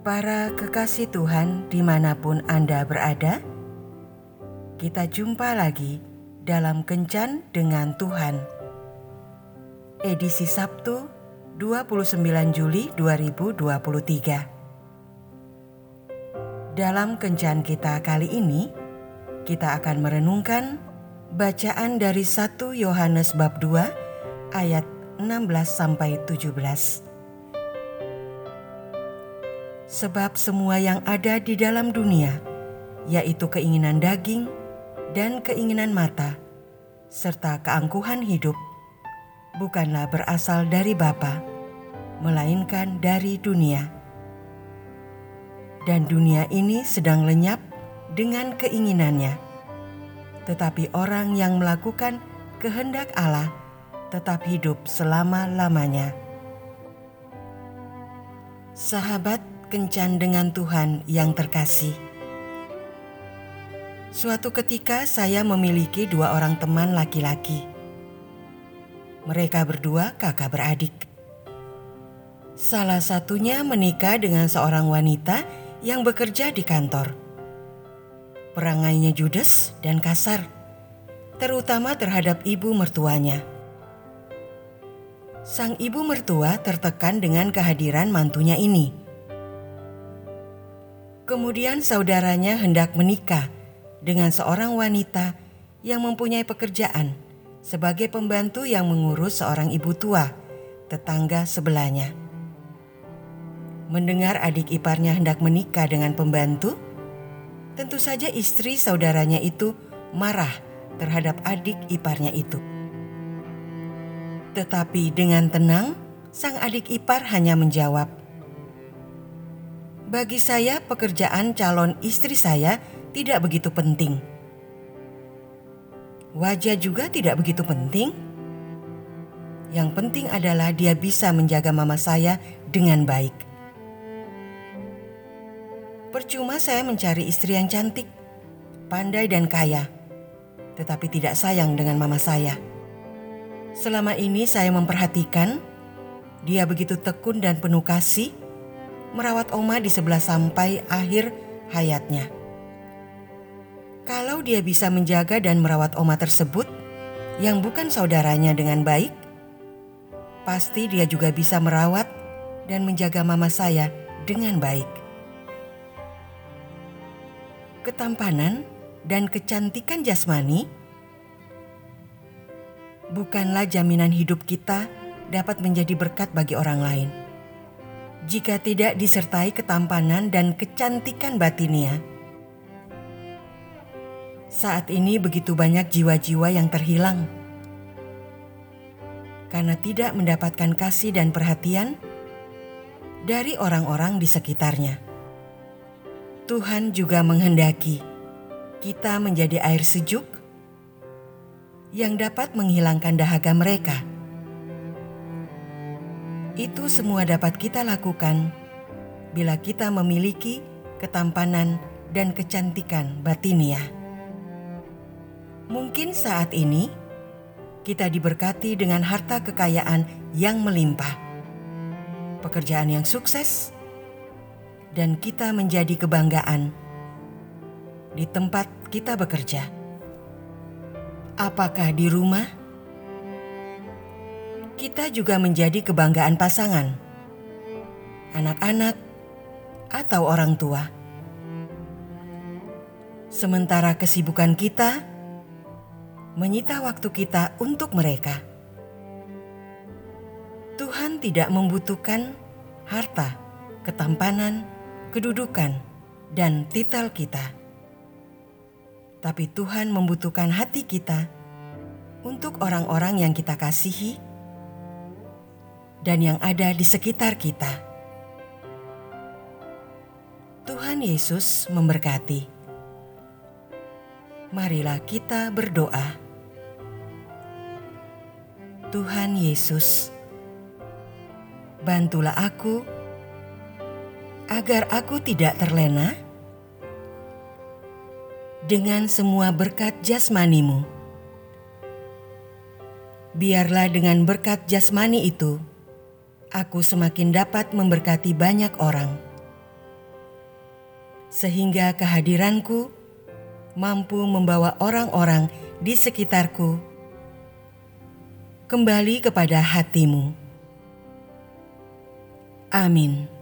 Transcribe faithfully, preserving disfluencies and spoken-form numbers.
Para kekasih Tuhan dimanapun Anda berada, kita jumpa lagi dalam Kencan dengan Tuhan. Edisi Sabtu dua puluh sembilan Juli dua ribu dua puluh tiga. Dalam Kencan kita kali ini, kita akan merenungkan bacaan dari satu Yohanes bab dua ayat enam belas sampai tujuh belas. Sebab semua yang ada di dalam dunia, yaitu keinginan daging dan keinginan mata, serta keangkuhan hidup, bukanlah berasal dari Bapa, melainkan dari dunia. Dan dunia ini sedang lenyap dengan keinginannya. Tetapi orang yang melakukan kehendak Allah tetap hidup selama-lamanya. Sahabat Kencan dengan Tuhan yang terkasih, suatu ketika saya memiliki dua orang teman laki-laki. Mereka berdua kakak beradik. Salah satunya menikah dengan seorang wanita yang bekerja di kantor. Perangainya judes dan kasar, terutama terhadap ibu mertuanya. Sang ibu mertua tertekan dengan kehadiran mantunya ini. Kemudian saudaranya hendak menikah dengan seorang wanita yang mempunyai pekerjaan sebagai pembantu yang mengurus seorang ibu tua, tetangga sebelahnya. Mendengar adik iparnya hendak menikah dengan pembantu, tentu saja istri saudaranya itu marah terhadap adik iparnya itu. Tetapi dengan tenang, sang adik ipar hanya menjawab, "Bagi saya pekerjaan calon istri saya tidak begitu penting. Wajah juga tidak begitu penting. Yang penting adalah dia bisa menjaga mama saya dengan baik. Percuma saya mencari istri yang cantik, pandai dan kaya, tetapi tidak sayang dengan mama saya. Selama ini saya memperhatikan, dia begitu tekun dan penuh kasih, merawat Oma di sebelah sampai akhir hayatnya. Kalau dia bisa menjaga dan merawat Oma tersebut, yang bukan saudaranya dengan baik, pasti dia juga bisa merawat dan menjaga mama saya dengan baik." Ketampanan dan kecantikan jasmani bukanlah jaminan hidup kita dapat menjadi berkat bagi orang lain jika tidak disertai ketampanan dan kecantikan batinia. Saat ini begitu banyak jiwa-jiwa yang terhilang karena tidak mendapatkan kasih dan perhatian dari orang-orang di sekitarnya. Tuhan juga menghendaki kita menjadi air sejuk yang dapat menghilangkan dahaga mereka. Itu semua dapat kita lakukan bila kita memiliki ketampanan dan kecantikan batinia. Mungkin saat ini kita diberkati dengan harta kekayaan yang melimpah, pekerjaan yang sukses, dan kita menjadi kebanggaan di tempat kita bekerja. Apakah di rumah? Kita juga menjadi kebanggaan pasangan, anak-anak, atau orang tua. Sementara kesibukan kita menyita waktu kita untuk mereka. Tuhan tidak membutuhkan harta, ketampanan, kedudukan, dan titel kita. Tapi Tuhan membutuhkan hati kita untuk orang-orang yang kita kasihi dan yang ada di sekitar kita. Tuhan Yesus memberkati. Marilah kita berdoa. Tuhan Yesus, bantulah aku agar aku tidak terlena dengan semua berkat jasmani-Mu. Biarlah dengan berkat jasmani itu, aku semakin dapat memberkati banyak orang sehingga kehadiranku mampu membawa orang-orang di sekitarku kembali kepada hati-Mu. Amin.